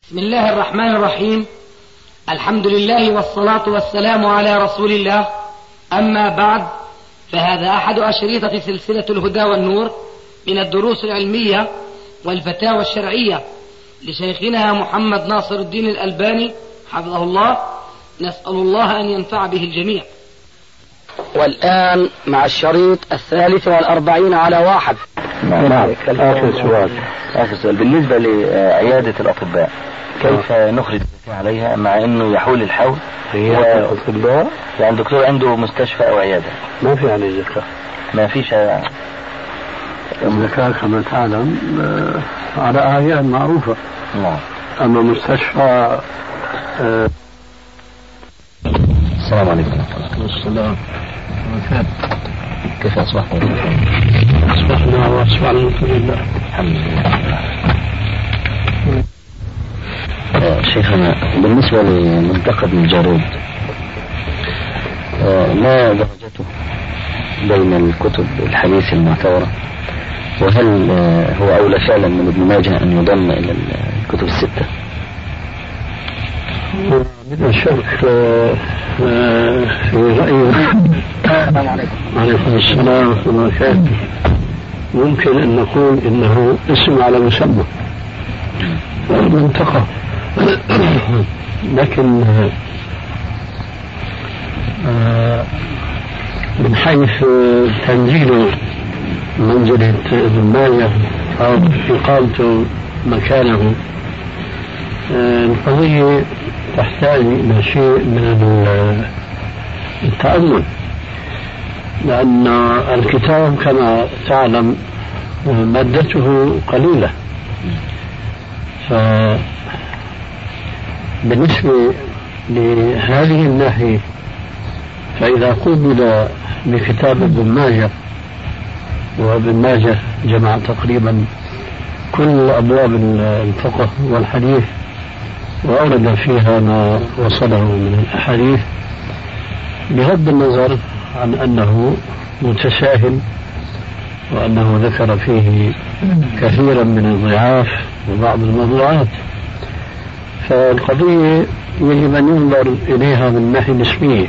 بسم الله الرحمن الرحيم. الحمد لله والصلاة والسلام على رسول الله. أما بعد، فهذا أحد أشريطة سلسلة الهدى والنور من الدروس العلمية والفتاوى الشرعية لشيخنا محمد ناصر الدين الألباني حفظه الله. نسأل الله أن ينفع به الجميع. والآن مع الشريط 43 على 1. نعم. آخر سؤال بالنسبة لعيادة الأطباء، كيف نخرج عليها مع أنه يحول الحول؟ عيادة الأطباء يعني دكتور عنده مستشفى أو عيادة ما في عليه زكاة، ما فيش الزكاة كما تعلم على أعيان معروفة. نعم. أما مستشفى السلام عليكم. السلام. كيف أصبحتم؟ أصبحنا وأصبحنا الحمد لله. الحمد لله. شيخنا، بالنسبة لمنتقد الجارود، ما درجته بين الكتب الحديث المعتبرة؟ وهل هو أولى فعلا من ابن ماجه أن يضم إلى الكتب الستة؟ بدون شك في رأيي. عليكم السلام ورحمة الله وبركاته. ممكن أن نقول إنه اسم على مسمى منطقة، لكن من حيث تنزيل منزلة ابن ماجه أو إقامته مكانه، القضية تحتاج إلى شيء من التأمل، لأن الكتاب كما تعلم مادته قليلة. فبالنسبة لهذه الناحية، فإذا قوبل بكتاب ابن ماجه، وابن ماجه جمع تقريبا كل أبواب الفقه والحديث وأورد فيها ما وصله من الأحاديث، بغض النظر عن أنه متساهل وأنه ذكر فيه كثيرا من الضعاف وبعض الموضوعات، فالقضية يجب أن ينظر إليها من ناحية نسبية.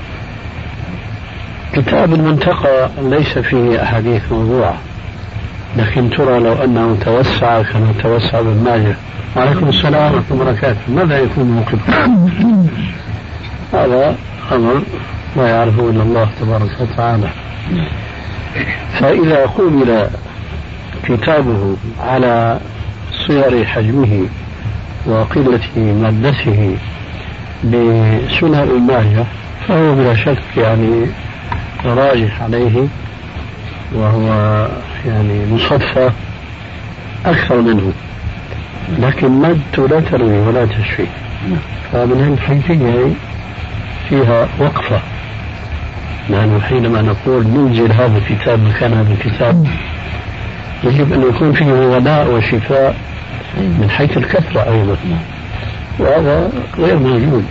كتاب المنتقى ليس فيه أحاديث موضوعة، لكن ترى لو أنه توسع كما توسع ابن ماجه. وعليكم السلام ورحمة الله وبركاته. ماذا يكون موقفه؟ هذا أمر لا يعرفه إلا الله تبارك وتعالى. فإذا قوبل كتابه على صغر حجمه وقلة مادته بسنن ابن ماجه، فهو بلا شك يعني راجح عليه، وهو يعني مصفى أكثر منه، لكن مادته لا تروي ولا تشفي. فمن الحيثية فيها وقفة، نحن حينما نقول ننزل هذا الكتاب مكان هذا الكتاب يجب أن يكون فيه غناء وشفاء من حيث الكثرة أيضا، وهذا غير موجود.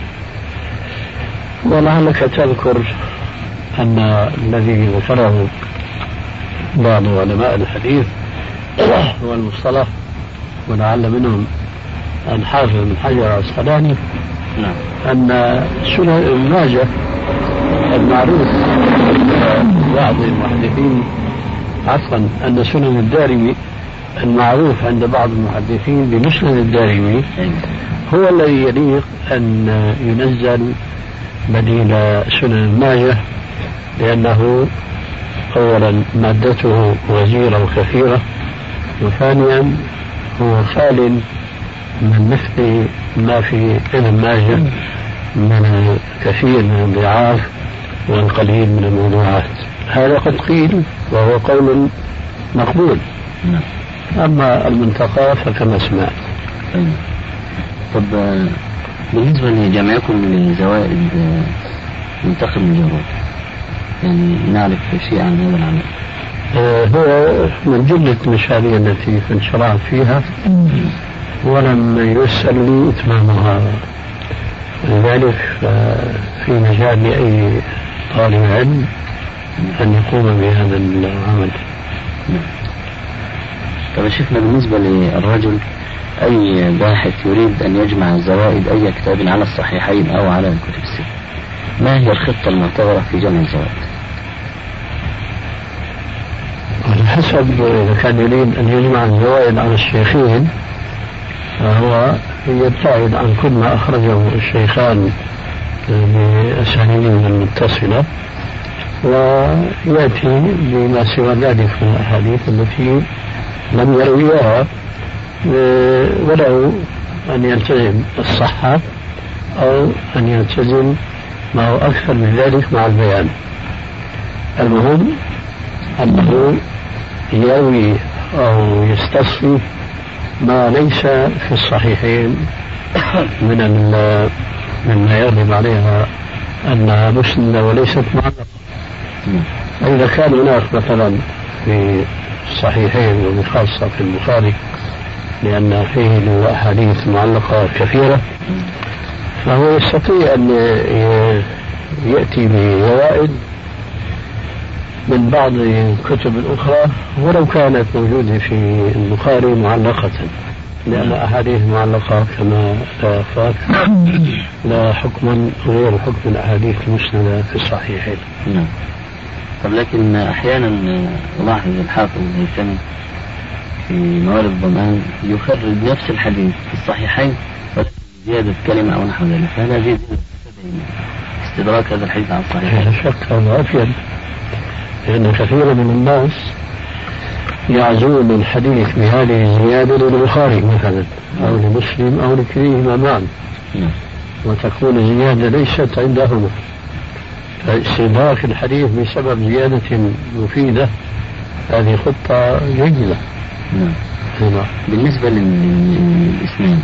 ولعلك تذكر أن الذي ذكره بعض علماء الحديث والمصطلح، ولعل منهم الحافظ بن حجر العسقلاني، أن سنن ابن ماجه المعروف بعض المحدثين، عفوا أن سنن الدارمي المعروف عند بعض المحدثين بمسند الدارمي هو الذي يليق أن ينزل بديل سنن ابن ماجه، لأنه أولا مادته وزيرة وكثيرة، وثانيا هو خال من مثل ما في ابن ماجه من كثير من الضعاف والقليل من الموضوعات. هذا قد قيل وهو قول مقبول. أما المنتقى فكما سمعت. طب بالنسبة لجمعكم لزوائد منتخب الجارود، يعني نعرف شيء عن هذا العمل؟ هو من جملة المشاريع التي كنت شرعت فيها، ولم يسأل لي إتمامها، لذلك في مجال لأي طالب علم أن يقوم بهذا العمل. طب شفنا بالنسبة للرجل أي باحث يريد أن يجمع زوائد أي كتاب على الصحيحين أو على الكتب الست، ما هي الخطة المعتبرة في جمع الزوائد؟ على حسب، إذا كان يريد أن يجمع الزوائد على الشيخين فهو يبتعد عن كل ما أخرجه الشيخان بأسانيدهم المتصلة، ويأتي بما سوى ذلك من الأحاديث التي لم يرويها، ولو أن يلتزم الصحة أو أن يلتزم ما هو أكثر من ذلك مع البيان. المهم أنه يروي أو يستصفي ما ليس في الصحيحين مما يغلب عليها أنها مسندة وليست معلقة. فإذا كان هناك مثلا في الصحيحين وبخاصة في البخاري لأن فيه له أحاديث معلقة كثيرة، فهو يستطيع أن يأتي بزوائد من بعض الكتب الأخرى ولو كانت موجودة في البخاري معلقة، لأن أحاديث معلقة كما لا يخفاك لا حكما غير حكم الأحاديث المسندة في الصحيحين. نعم. طب لكن أحيانا ألاحظ الحافظ الهيثمي في موارد الضمان يخرج نفس الحديث في الصحيحين زيادة كلمة أو نحو ذلك، فهذا زيادة استدراك هذا الحديث على الصحيح. لا شك هذا أفيد، لأن كثير من الناس يعزون الحديث بهذه الزيادة للبخاري مثلا أو لمسلم أو لكليهما معا، وتكون الزيادة ليست عندهما، فاستدراك الحديث بسبب زيادة مفيدة هذه خطة جيدة. بالنسبة للإسناد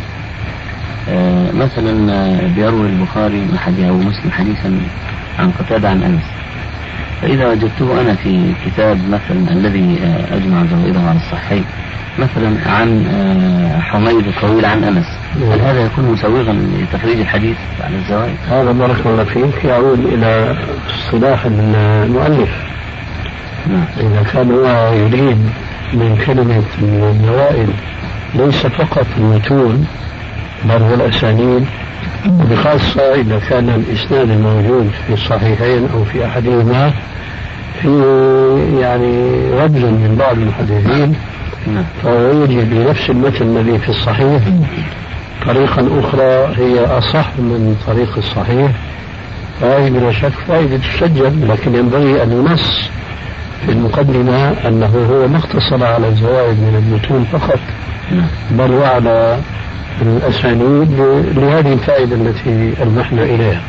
مثلا بيروي البخاري أو مسلم حديثا عن قتادة عن أنس، فإذا وجدته أنا في كتاب مثلا الذي أجمع زوائده على الصحيح مثلا عن حميد الطويل عن أنس، هل هذا يكون مسوغا لتخريج الحديث على الزوائد؟ هذا بارك الله فيك يعود إلى اصطلاح المؤلف. إذا كان هو يريد من كلمة الزوائد ليس فقط المتون بل والأسانيد، وبخاصة إذا كان الإسناد الموجود في الصحيحين أو في أحدهما في يعني رجل من بعض المحدثين، فهو يجد بنفس المتن الذي في الصحيح طريقا أخرى هي أصح من طريق الصحيح، فهذه بلا شك فائدة تسجل، لكن ينبغي أن ينص في المقدمة أنه هو ما اقتصر على الزوائد من المتون فقط بل وعلى الأسانيد لهذه الفائدة التي ألمحنا إليها.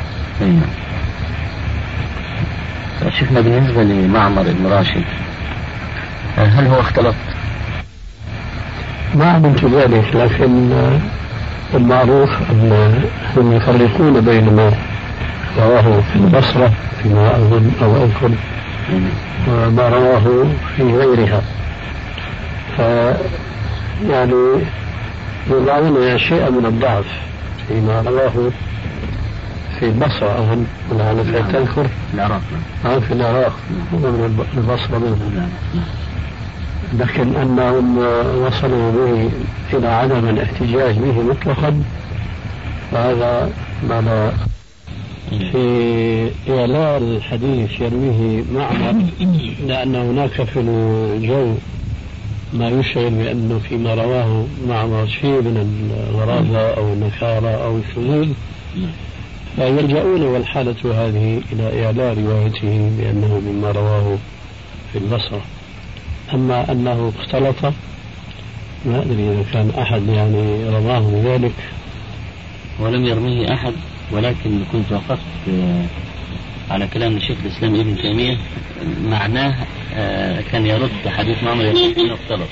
شفنا بالنسبة لمعمر بن راشد هل هو اختلط؟ ما علمت ذلك، لكن المعروف أنهم يفرقون بين ما رواه في البصرة فيما أظن أو أذكر وما رواه في غيرها، يعني يضعون شيئا من الضعف فيما رواه في البصرة أظن ولا تذكر العراق في العراق من البصرة منهم، لكن أنهم وصلوا به إلى عدم الاحتجاج به مطلقا فهذا ما لا. في إعلان الحديث يرويه معمر لأن هناك في الجو ما يشعر بأنه فيما رواه معمر شيء من الغرابة أو النكارة أو الشذوذ، فيلجؤون والحالة هذه إلى إعلان روايته بأنه مما رواه في البصرة. أما أنه اختلط ما أدري إذا كان أحد يعني رماه بذلك، ولم يرميه أحد، ولكن كنت وقفت على كلام الشيخ الإسلام ابن تيمية معناه كان يرد حديث معمر يقول إنه اختلط،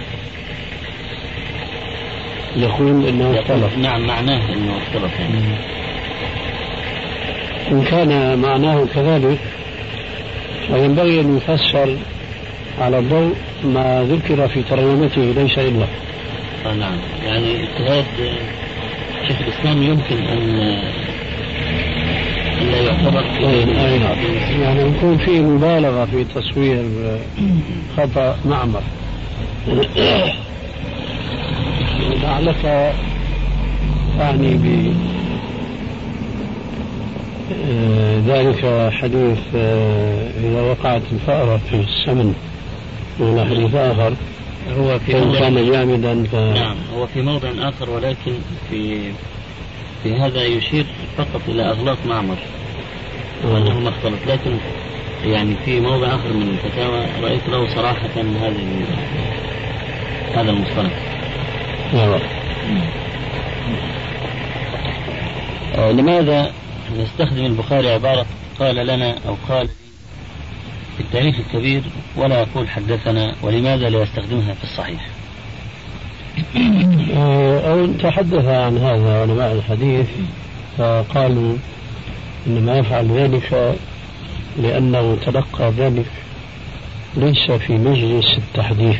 يقول إنه اختلط. نعم معناه إنه اختلط إن كان معناه كذلك فينبغي أن يفسر على الضوء ما ذكر في ترجمته ليس إلا. نعم، يعني اجتهاد شيخ الإسلام يمكن أن لا يعتبر يعني يكون فيه مبالغة في تصوير خطأ معمر. لعلك تعني بذلك حديث إذا وقعت الفأرة في السمن، ولا حديث آخر هو في كان جامدا نعم، هو في موضع آخر، ولكن في هذا يشير فقط إلى أغلاط معمر وأنه ما اختلط، لكن يعني في موضع آخر من الفتاوى رأيت له صراحة هذا المصطلح. لماذا نستخدم البخاري عبارة قال لنا أو قال في التاريخ الكبير ولا يقول حدثنا، ولماذا لا يستخدمها في الصحيح؟ أو تحدث عن هذا علماء الحديث فقالوا إنما يفعل ذلك لأنه تلقى ذلك ليس في مجلس التحديث،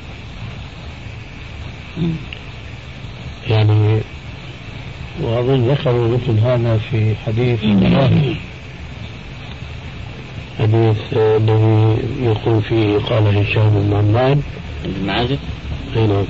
يعني وأظن ذكروا مثل هذا في حديث الذي يقول فيه قال هشام بن عمار المعازف. نعم.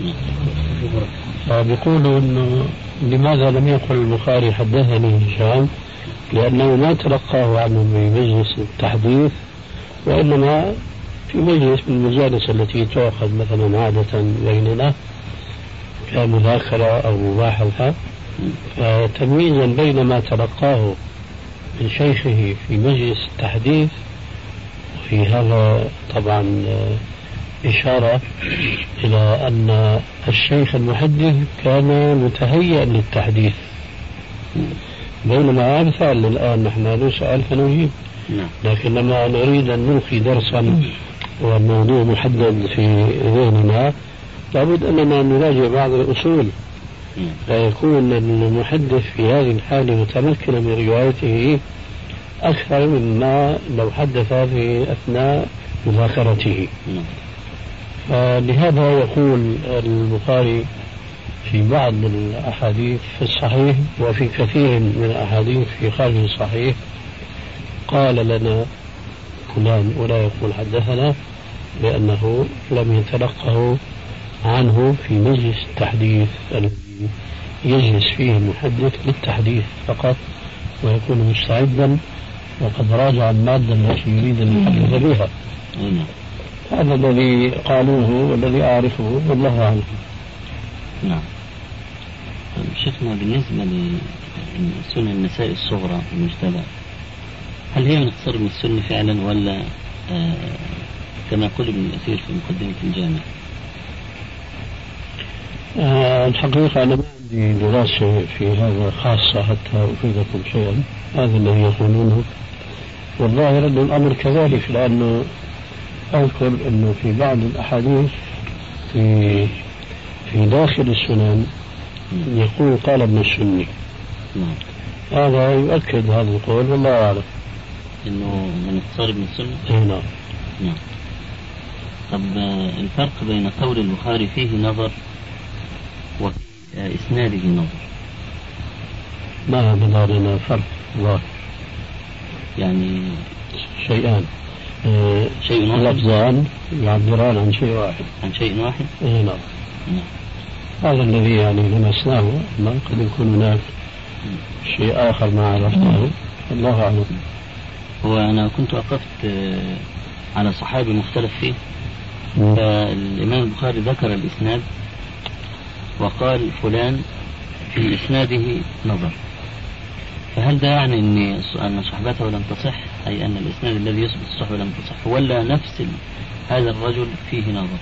فبيقولوا إنه لماذا لم يقل البخاري حدثني هشام، لأنه ما تلقاه عنه في مجلس التحديث، وإنما في مجلس من المجالس التي تؤخذ مثلا عادة بيننا كمذاكرة أو مباحثة، فتمييزا بين ما تلقاه من شيخه في مجلس التحديث، في هذا طبعا إشارة إلى أن الشيخ المحدث كان متهيئا للتحديث، بينما أمثال الآن نحن نسأل فنجيب، لكن لما نريد أن نلقي درسا والموضوع محدد في ذهننا لابد أننا نراجع بعض الأصول، لا يكون المحدث في هذه الحالة متمكنا من روايته أكثر مما لو حدث في أثناء مذاكرته. فلهذا يقول البخاري في بعض الأحاديث في الصحيح وفي كثير من الأحاديث في خارج الصحيح قال لنا فلان، ولا يقول حدثنا، لأنه لم يتلقه عنه في مجلس التحديث الذي يجلس فيه المحدث للتحديث فقط، ويكون مستعدا وقد راجع المادة التي يريد أن يحدث بها. هذا الذي قالوه والذي أعرفه والله أعلم. نعم. شيخنا بالنسبة لسنن النساء الصغرى المجتبى، هل هي من اختصار من السنة فعلا، ولا كما قال ابن الأثير في مقدمة الجامع؟ الحقيقة أنا ما عندي دراسة في هذا خاصة حتى أفيدكم شيئا، هذا الذي يقولونه والله رد الأمر كذلك، لأنه أذكر أنه في بعض الأحاديث في داخل السنن يقول قال ابن السني، هذا يؤكد هذا القول والله أعلم إنه من اختصار ابن السنة. نعم. طب الفرق بين قول البخاري فيه نظر وفي إسناده نظر، ما بدارنا فرق ظاهر، يعني شيئان، شيء لفظان يعبران عن شيء واحد. عن شيء واحد. نعم. هذا الذي يعني لمسناه، ما قد يكون هناك شيء آخر ما عرفناه، الله أعلم. هو أنا كنت وقفت على صحابي مختلف فيه، فالإمام البخاري ذكر الإسناد وقال فلان في إسناده نظر، فهل ده يعني أن صحبته لم تصح، أي أن الإسناد الذي يثبت الصحبة لم تصح، ولا نفس هذا الرجل فيه نظر؟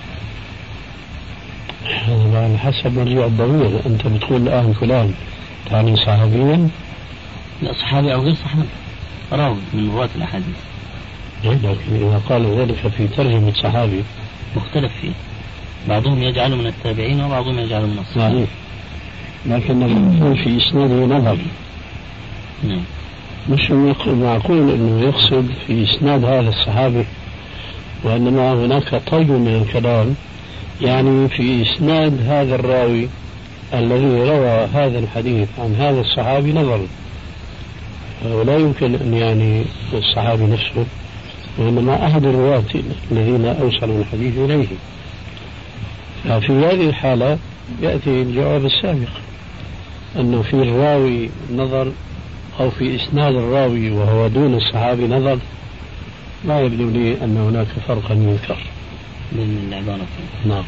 هذا على حسب مرجع الضمير. أنت بتقول الآن فلان تعني صحابيا؟ لا، صحابي أو غير صحابي، راوي من رواة الأحاديث. لكن إذا قال ذلك في ترجمة صحابي مختلف فيه، بعضهم يجعله من التابعين وبعضهم يجعله من الصحابة. لكن يقول في إسناده نظر. نعم. مش معقول أنه يقصد في إسناد هذا الصحابي، وإنما هناك طي من الكلام، يعني في إسناد هذا الراوي الذي روى هذا الحديث عن هذا الصحابي نظر، ولا يمكن أن يعني الصحابي نفسه، وإنما أحد الرواة الذين أوصلوا الحديث إليه. ففي هذه الحالة يأتي الجواب السابق أنه في الراوي نظر أو في إسناد الراوي وهو دون الصحابي نظر، لا يبدو لي أن هناك فرقا يذكر من العبارة. نعم.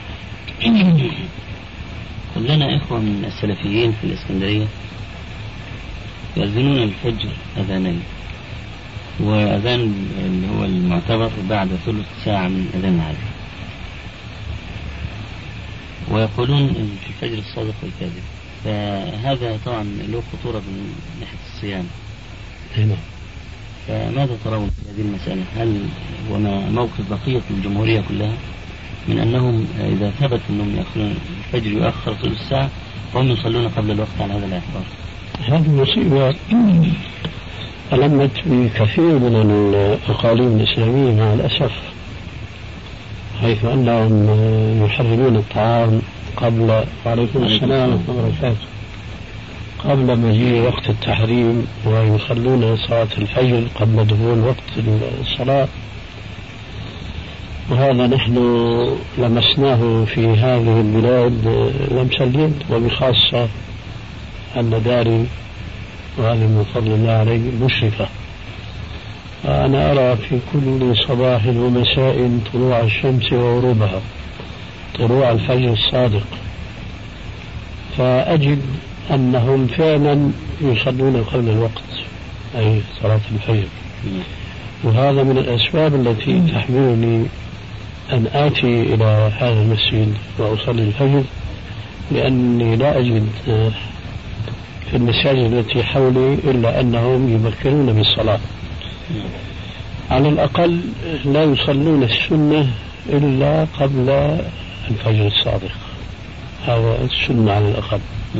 لنا إخوة من السلفيين في الإسكندرية يأذنون الفجر أذانين، وأذان اللي هو المعتبر بعد ثلث ساعة من أذان العادي، ويقولون في الفجر الصادق والكاذب، فهذا طبعا له خطورة من ناحية الصيام. هنا فماذا ترون في هذه المسألة؟ هل وما موقف بقية الجمهورية كلها من أنهم إذا ثبت أنهم يأخرون الفجر يؤخر ثلث ساعة وهم يصلون قبل الوقت على هذا الاعتبار؟ هذه مصيبة ألمت بكثير من الأقاليم الإسلامية مع الأسف، حيث أنهم يحرمون الطعام قبل، وعليكم السلام ورحمة الله وبركاته، قبل مجيء وقت التحريم، ويصلون صلاة الفجر قبل دخول وقت الصلاة. وهذا نحن لمسناه في هذه البلاد لمس اليد، وبخاصة أن داري وهذه من فضل الله عليه مشرفة. أنا أرى في كل صباح ومساء طلوع الشمس وغروبها، طلوع الفجر الصادق، فأجد أنهم فعلا يصلون قبل الوقت، أي صلاة الفجر. وهذا من الأسباب التي تحملني أن آتي إلى هذا المسجد وأصلي الفجر، لأني لا أجد في المساجد التي حولي إلا أنهم يبكرون بالصلاة، على الأقل لا يصلون السنة إلا قبل الفجر الصادق، هذا السنة على الأقل.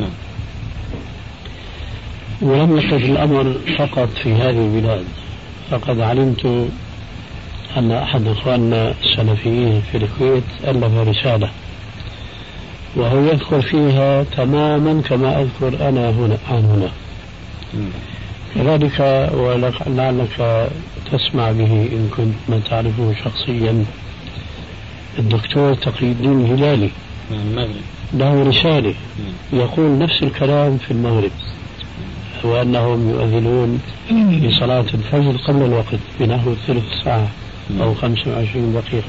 ولم يقف الأمر فقط في هذه البلاد، فقد علمت أن أحد إخواننا السلفيين في الكويت ألف رسالة وهو يذكر فيها تماما كما أذكر أنا هنا. كذلك ولعلك تسمع به إن كنت ما تعرفه شخصيا، الدكتور تقي الدين الهلالي له رسالة يقول نفس الكلام في المغرب، وأنهم يؤذنون لصلاة الفجر قبل الوقت بنحو ثلث ساعة أو 25 دقيقة.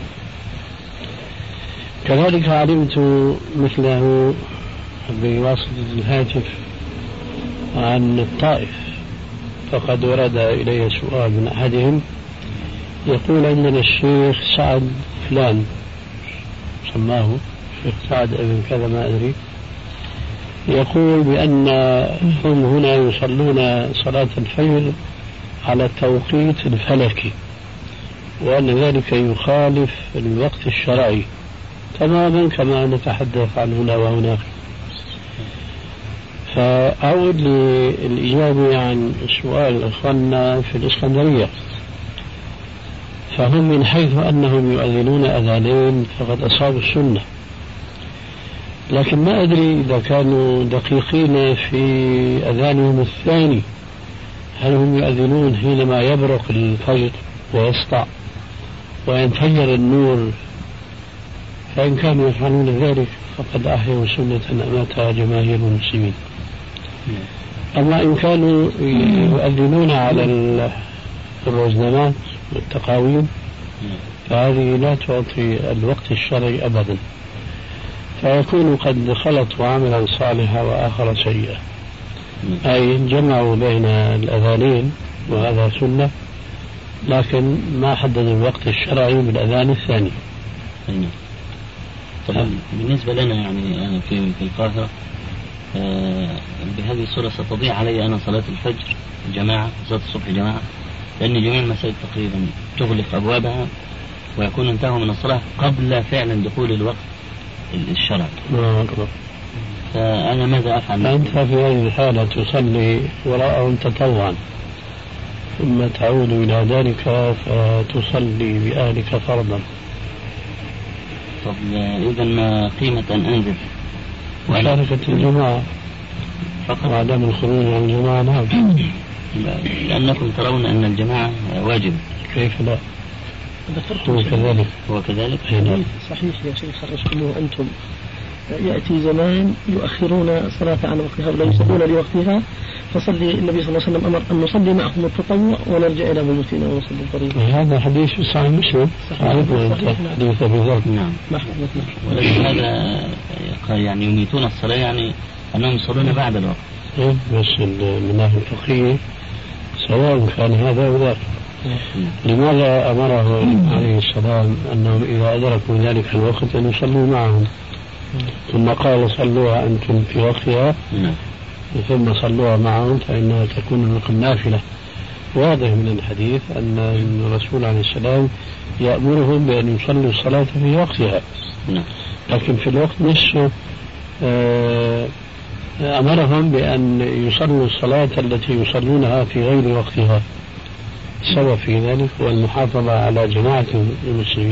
كذلك علمت مثله بواسطة الهاتف عن الطائف، فقد ورد إلي سؤال من أحدهم يقول عندنا الشيخ سعد فلان، سماه الشيخ سعد ابن كذا ما أدري، يقول بأن هم هنا يصلون صلاة الفجر على التوقيت الفلكي، وأن ذلك يخالف الوقت الشرعي تماما كما نتحدث عن هنا وهناك. فأعود للإجابة عن سؤال أخواننا في الإسكندرية، فهم من حيث أنهم يؤذنون أذانين فقد أصابوا السنة، لكن ما أدري إذا كانوا دقيقين في أذانهم الثاني، هل هم يؤذنون حينما يبرق الفجر ويسطع وينفجر النور؟ فإن كانوا يفعلون ذلك فقد أحيوا سنة أماتها جماهير المسلمين. أما إن كانوا يؤذنون على الرزنامات والتقاويم فهذه لا تعطي الوقت الشرعي أبدا، فيكون قد خلطوا عملا صالحا وآخر سيئا، أي جمعوا بين الأذانين وهذا سنة، لكن ما حددوا الوقت الشرعي بالأذان الثاني. طبعا بالنسبة لنا يعني أنا في القاهرة بهذه الصورة ستضيع علي أنا صلاة الفجر جماعة، صلاة الصبح جماعة، لأن جميع المساجد تقريبا تغلق أبوابها ويكون انتهوا من الصلاة قبل فعلا دخول الوقت الشرعي. فأنا ماذا أفعل؟ أنت في هذه الحالة تصلي وراءهم تطوعا، ثم تعود إلى ذلك فتصلي بأهلك فرضا. طب إذا ما قيمة أن أنزل مشاركة الجماعة فقط وعدم الخروج عن الجماعة؟ نعم، لأنكم ترون أن الجماعة واجب. كيف لا؟ هو كذلك. هو كذلك. نعم. صحيح يا شيخ، خرجتموه أنتم يأتي زمان يؤخرون الصلاة عن وقتها ولا يصلون لوقتها، فصلي النبي صلى الله عليه وسلم أمر أن نصلي معهم التطوع ونرجع إلى بيوتنا ونصلي الفريضة. هذا حديث صحيح مسلم. حديث أبي ذر. نعم. ولكن هذا يعني يميتون الصلاة، يعني أنهم يصلون بعد الوقت. بس من ناحية الفقهية سواء كان هذا أو ذاك. لماذا أمره عليه السلام أنهم إذا أدركوا ذلك الوقت أن يصلوا معهم، ثم قال صلوها أنتم في وقتها ثم صلوها معهم فإنها تكون لكم نافلة. واضح من الحديث أن الرسول عليه السلام يأمرهم بأن يصلوا الصلاة في وقتها، لكن في الوقت نفسه أمرهم بأن يصلوا الصلاة التي يصلونها في غير وقتها. السبب في ذلك هو المحافظة على جماعة المسلمين.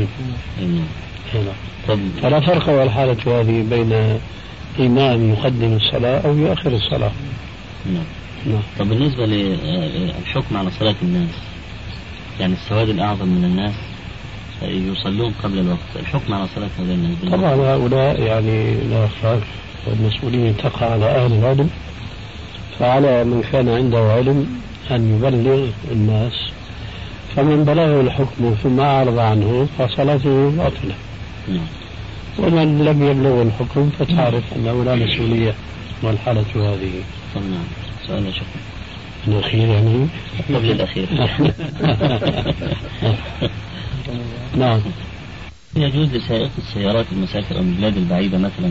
فلا فرق والحالة هذه بين إمام يقدم الصلاة أو يؤخر الصلاة. طب بالنسبة للحكم على صلاة الناس، يعني السواد الأعظم من الناس يصلون قبل الوقت، الحكم على صلاة هؤلاء الناس طبعا هؤلاء يعني لا خلاف، والمسؤولية تقع على أهل العلم، فعلى من كان عنده علم أن يبلغ الناس، فمن بلغه الحكم ثم أعرض عنه فصلاته باطلة. ومن لم يبلغ الحكم فتعرف أنه لا مسؤولية، والحالة هذه. سؤال يا شيخ الأخير يعني قبل الأخير. نعم. يجوز لسائق السيارات المسافر أو البلاد البعيدة مثلا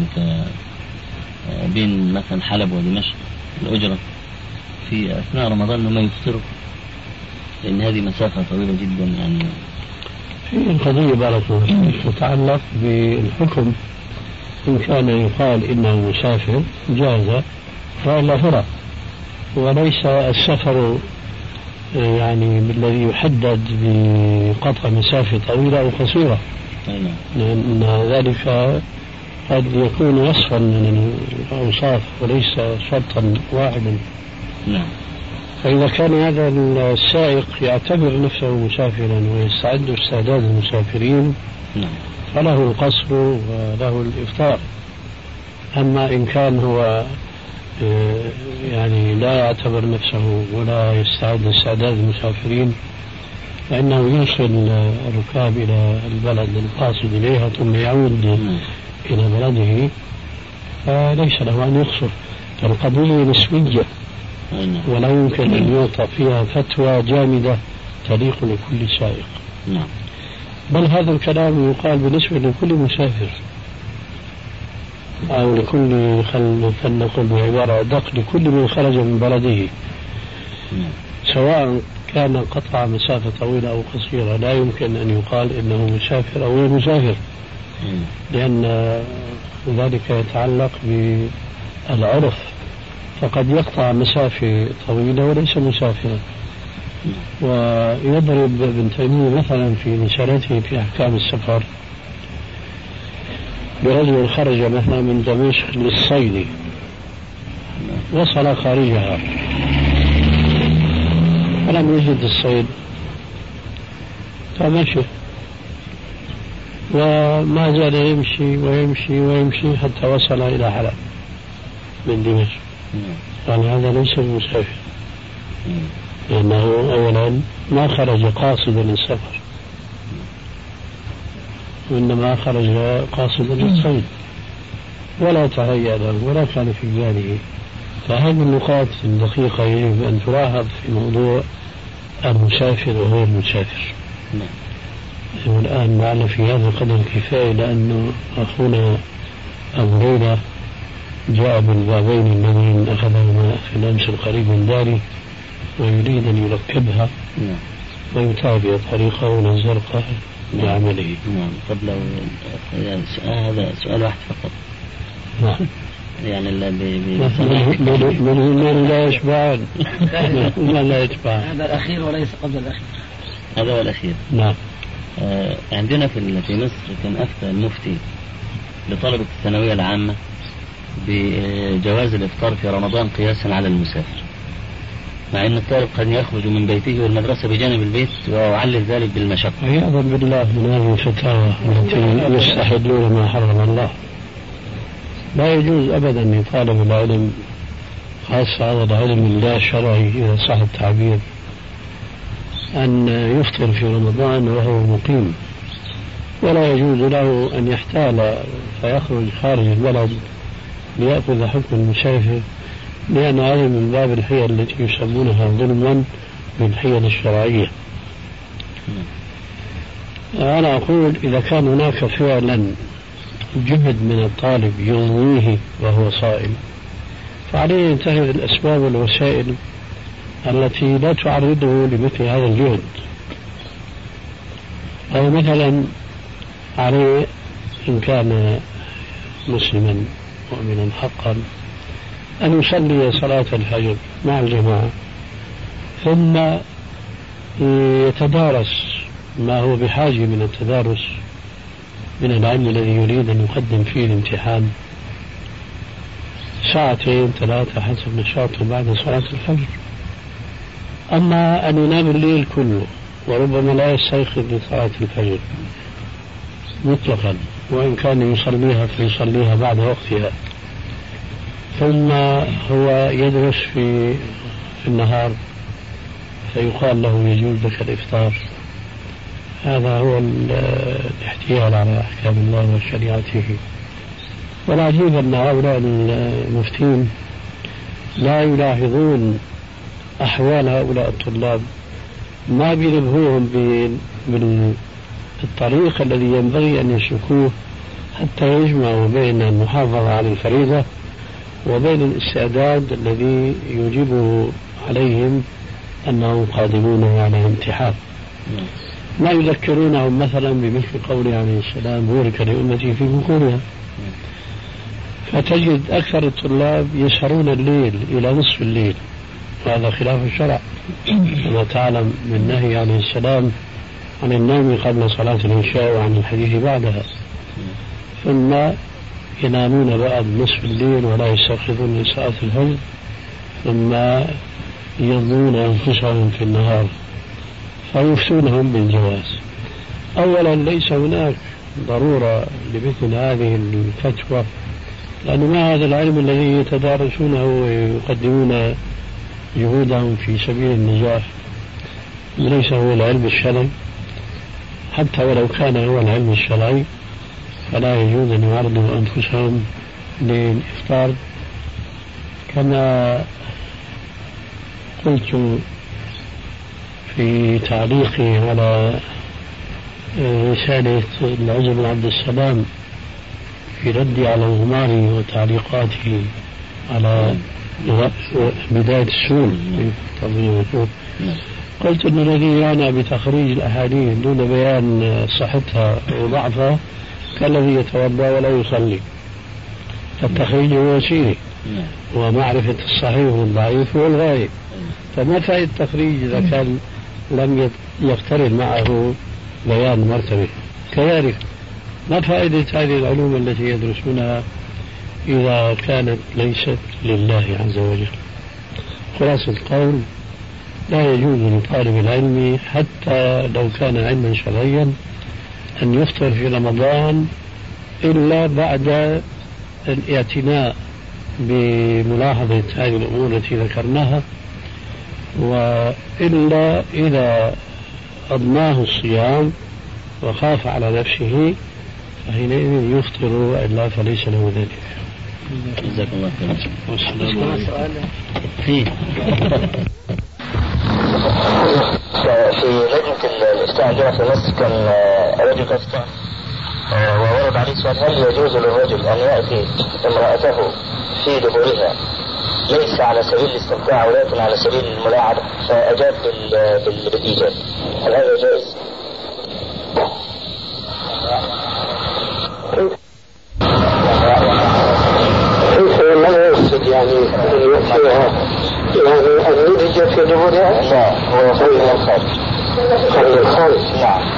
بين مثلا حلب ودمشق الأجرة في أثناء رمضان أنهم يفطروا، لأن هذه مسافة طويلة جدا يعني. في القضية بارك الله فيك تتعلق بالحكم، إن كان يقال إنه مسافر جاز فلا فرق، وليس السفر يعني بالذي يحدد بقطع مسافة طويلة أو قصيرة، لأن ذلك قد يكون وصفا من الأوصاف وليس شرطا واحدا. فإذا كان هذا السائق يعتبر نفسه مسافرا ويستعد استعداد المسافرين فله القصر وله الإفطار. أما إن كان هو يعني لا يعتبر نفسه ولا يستعد استعداد المسافرين فإنه يوصل الركاب إلى البلد القاصد إليها ثم يعود إلى بلده، فليس له أن يقصر. فالقضية نسبية ولا يمكن أن يعطى فيها فتوى جامدة تليق لكل سائق. بل هذا الكلام يقال بالنسبة لكل مسافر أو لكل فلنقل بعبارة أدق لكل من خرج من بلده، سواء كان قطع مسافة طويلة أو قصيرة، لا يمكن أن يقال إنه مسافر أو غير مسافر، لأن ذلك يتعلق بالعرف، فقد يقطع مسافة طويلة وليس مسافرا. ويضرب ابن تيمية مثلا في رسالته في أحكام السفر برجل خرج مثلا من دمشق للصيد وصل خارجها فلم يجد الصيد فمشي وما زال يمشي ويمشي ويمشي حتى وصل إلى حلب من دمشق. قال هذا ليس مسافر، لأنه أولا ما خرج قاصدا للسفر وإنما خرج قاصدا للصيد ولا تهيأ له ولا كان في باله. فهذه النقاط الدقيقة يجب أن تلاحظ في موضوع المسافر وغير المسافر. والآن معنا في هذا القدر كفاية، لأنه أخونا أبو ليلى جاء بالبابين الذين أخذهما في الأمس القريب من داري ويريد أن يركبها ويتابع طريقه الزرقاء بعمله. قبل هذا سؤال واحد فقط. يعني من لا يشبعان لا يشبعان. هذا الأخير وليس قبل الأخير. هذا هو الأخير. نعم. عندنا في مصر كان أفتى المفتي لطلبة الثانوية العامة بجواز الإفطار في رمضان قياسا على المسافر، مع أن الطالب قد يخرج من بيته والمدرسة بجانب البيت ويعلل ذلك بالمشقة. عياذا بالله من هذه الفتاوى التي يستحلون ما حرم الله. لا يجوز أبدا لطالب العلم، خاصة هذا العلم اللا شرعي إذا صح التعبير، أن يفطر في رمضان وهو مقيم، ولا يجوز له أن يحتال فيخرج خارج البلد ليأخذ حكم المسافر، لأن هذه من باب الحيل التي يسمونها ظلما بالحيل الشرعية. أنا أقول إذا كان هناك فعلا جهد من الطالب يضويه وهو صائم، فعليه ينتهز الأسباب والوسائل التي لا تعرضه لمثل هذا الجهد. أو مثلا عليه إن كان مسلما مؤمنا حقا أن يصلي صلاة الفجر مع الجماعة، ثم يتدارس ما هو بحاجة من التدارس من العلم الذي يريد أن يقدم فيه الامتحان، 2 3 ساعات حسب نشاطه بعد صلاة الفجر. أما أن ينام الليل كله وربما لا يستيقظ لصلاة الفجر مطلقا، وإن كان يصليها فيصليها بعد وقتها، ثم هو يدرس في النهار فيقال له يجوز لك الإفطار، هذا هو الاحتيال على أحكام الله وشريعته. والعجيب أن هؤلاء المفتين لا يلاحظون أحوال هؤلاء الطلاب، ما بينبهوهم بالطريق الذي ينبغي أن يسلكوه حتى يجمعوا بين المحافظة على الفريضة وبين الاستعداد الذي يجب عليهم أنهم قادمون على امتحان. ما يذكرونهم مثلا بمثل قوله عليه السلام بورك لأمتي في بكورها. فتجد أكثر الطلاب يسهرون الليل إلى نصف الليل، وهذا خلاف الشرع، كما تعلم من نهي عليه السلام عن النوم قبل صلاة العشاء وعن الحديث بعدها. ثم ينامون بعد نصف الليل ولا يستيقظون لصلاة الفجر، ثم يظنون أنفسهم في النهار فيفتونهم بالجواز. أولا ليس هناك ضرورة لمثل هذه الفتوى، لأن ما هذا العلم الذي يتدارسونه ويقدمون جهودهم في سبيل النجاح ليس هو العلم الشرعي. حتى ولو كان هو العلم الشرعي فلا يجوز أن يعرضوا أنفسهم للإفطار. كما قلت في تعليقي على رسالة العز بن عبد السلام في ردي على الغماري وتعليقاته على بداية السور في تنظيم الوقود، قلت أن الذي يعنى بتخريج الأحاديث دون بيان صحتها وضعفها كالذي يتوضأ ولا يصلي، فالتخريج هو وسيلة ومعرفة الصحيح والضعيف هو الغاية. فما فائدة التخريج إذا كان لم يقترن معه بيان مرتبه؟ كذلك ما فائدة هذه العلوم التي يدرسونها إذا كانت ليست لله عز وجل؟ خلاصة القول لا يجوز لطالب العلم حتى لو كان علما شرعيا أن يفطر في رمضان إلا بعد الاعتناء بملاحظة هذه الأمور التي ذكرناها، وإلا إذا أضناه الصيام وخاف على نفسه فحينئذ يفطر، وإلا فليس له ذلك. جزاك الله خير. في لجنة الإفتاء عندنا في مصر كان رجل أفتى وورد عليه سؤال: هل يجوز للرجل أن يأتي امرأته في دبرها ليس على سبيل الاستمتاع ولكن على سبيل الملاعبة؟ فأجاب بالإيجاب. هل هذا جائز؟ كيف لا يقصد يعني أن يؤتيها يعني أن يلج في دبرها؟ لا، هو يقول من الخارج. من الخارج؟ نعم.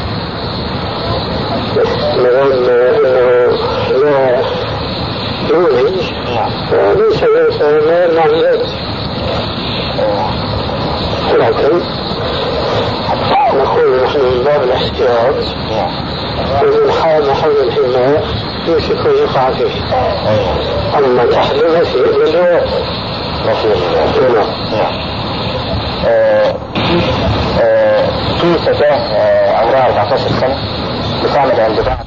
لأن أنه لا يولج ليس لا يمنع ذلك، ولكن نقول نحن من باب الاحتياط ومن حال حول الحماية يوشك يقع فيه. أما تحريم فيه اللي ما فيه. نعم. في فتاة عمرها 14 سنة بتعمل عند بعض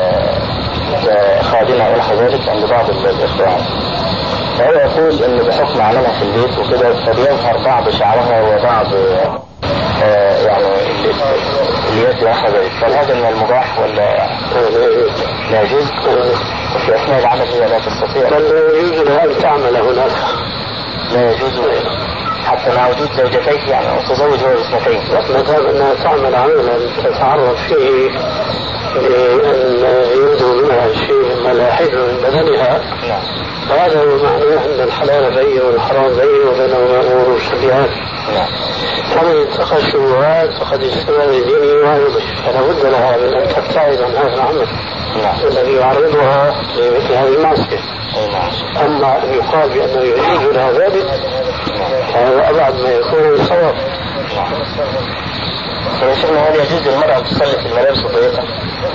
خادمة أو نحو ذلك عند بعض الإخوان، فهو يقول إن بحكم عملها في البيت وكده فبيظهر بعض شعرها وبعض يعني اليات نحو ذلك، فهذا من المباح ولا لا يجوز؟ وفي أثناء العمل هي لا تستطيع؟ بل يجوز لها أن تعمل هناك. لا يجوز حتى مع وجود زوجتين يعني وتزوج هو اثنتين. ما دام أنها تعمل عملا تتعرض فيه لأن يبدو منها شيء ملاحظ من بدنها، فهذا هو معناه أن الحلال بين والحرام بين وبينهما أمور مشتبهات. فمن اتقى الشبهات فقد استمع لدينه وعرضه، فلا بد لها من أن تبتعد عن هذا العمل الذي يعرضها لمثل هذه المعصية. أما أن يقال بأنه يجوز لها ذلك فهذا أبعد ما يكون من الصواب. فشفنا هل يجوز للمرأة أن تصلي في الملابس الضيقة؟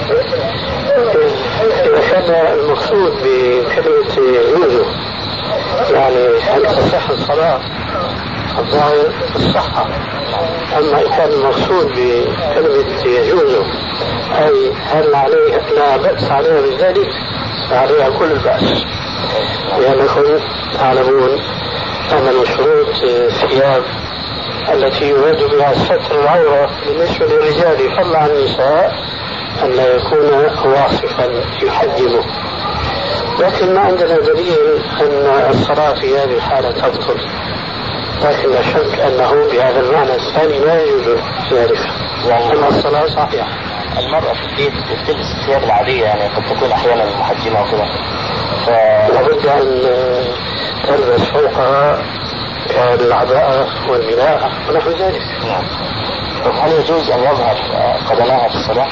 إذا كان المقصود بكلمة يجوز يعني هل تصح الصلاة الظاهر الصحة، أما إذا كان المقصود بكلمة يجوز أي هل عليه لا بأس عليها بذلك فعليها كل البأس، لأنكم تعلمون أن من شروط الثياب التي يراد بها ستر العورة بالنسبة للرجال فضلا عن النساء أن لا يكون واصفا يحجبه، لكن ما عندنا دليل أن الصلاة في هذه الحالة تبطل، لكن لا شك أنه بهذا المعنى الثاني لا يوجد ذلك، أن الصلاة صحيحة. المرأة في البيت تلبس الثياب العادية يعني قد تكون أحيانا محجمة وكذا، فلابد أن تلبس فوقها العباءة والملاءة ونحو ذلك. نعم. هل يجوز أن يظهر قدماها في الصلاة؟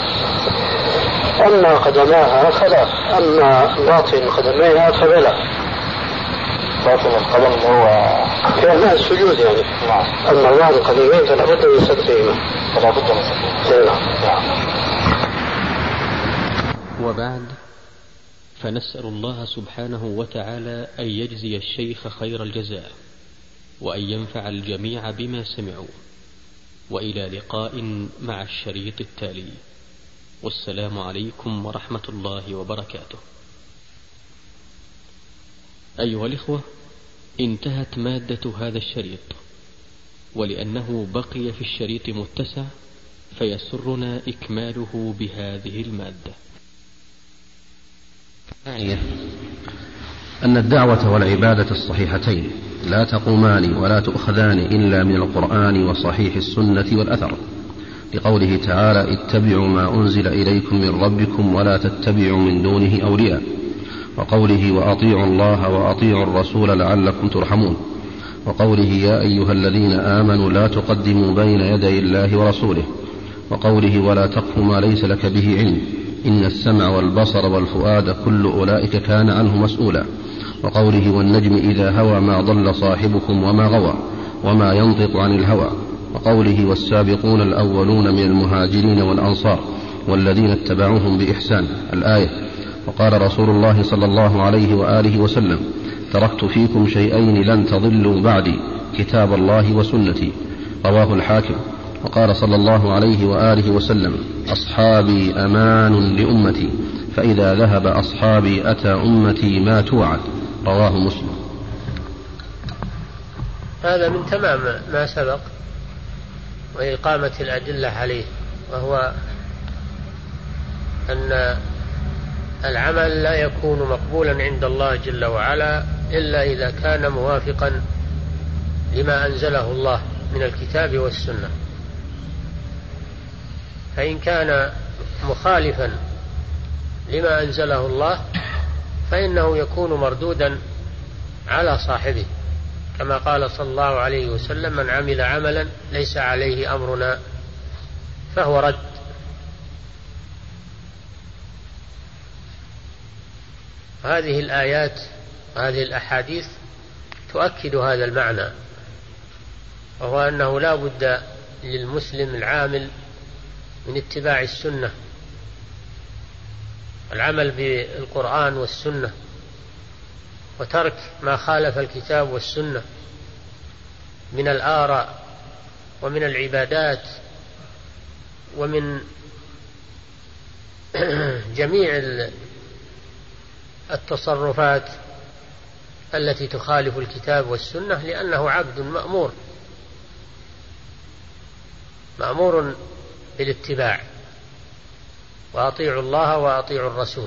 أما قدماها فلا، أما باطن قدميها فبلا. باطن القدم هو في أثناء السجود يعني. نعم. أما بعض القدمين فلا بد من سترهما. فلا بد من سترهما. نعم. وبعد، فنسأل الله سبحانه وتعالى أن يجزي الشيخ خير الجزاء وأن ينفع الجميع بما سمعوا، وإلى لقاء مع الشريط التالي، والسلام عليكم ورحمة الله وبركاته. أيها الإخوة، انتهت مادة هذا الشريط، ولأنه بقي في الشريط متسع فيسرنا إكماله بهذه المادة. أن الدعوة والعبادة الصحيحتين لا تقومان ولا تؤخذان إلا من القرآن وصحيح السنة والأثر، لقوله تعالى: اتبعوا ما أنزل إليكم من ربكم ولا تتبعوا من دونه أولياء، وقوله: وأطيعوا الله وأطيعوا الرسول لعلكم ترحمون، وقوله: يا أيها الذين آمنوا لا تقدموا بين يدي الله ورسوله، وقوله: ولا تقف ما ليس لك به علم إن السمع والبصر والفؤاد كل أولئك كان عنه مسؤولا، وقوله: والنجم إذا هوى ما ضل صاحبكم وما غوى وما ينطق عن الهوى، وقوله: والسابقون الأولون من المهاجرين والأنصار والذين اتبعوهم بإحسان، الآية. وقال رسول الله صلى الله عليه وآله وسلم: تركت فيكم شيئين لن تضلوا بعدي، كتاب الله وسنتي، رواه الحاكم. وقال صلى الله عليه وآله وسلم: أصحابي أمان لأمتي، فإذا ذهب أصحابي أتى أمتي ما توعد، رواه مسلم. هذا من تمام ما سبق وإقامة الأدلة عليه، وهو أن العمل لا يكون مقبولا عند الله جل وعلا إلا إذا كان موافقا لما أنزله الله من الكتاب والسنة، فإن كان مخالفا لما أنزله الله فإنه يكون مردودا على صاحبه، كما قال صلى الله عليه وسلم: من عمل عملا ليس عليه أمرنا فهو رد. هذه الآيات وهذه الأحاديث تؤكد هذا المعنى، وهو أنه لا بد للمسلم العامل من اتباع السنة العمل بالقرآن والسنة وترك ما خالف الكتاب والسنة من الآراء ومن العبادات ومن جميع التصرفات التي تخالف الكتاب والسنة، لأنه عبد مأمور بالاتباع، وأطيعوا الله وأطيعوا الرسول.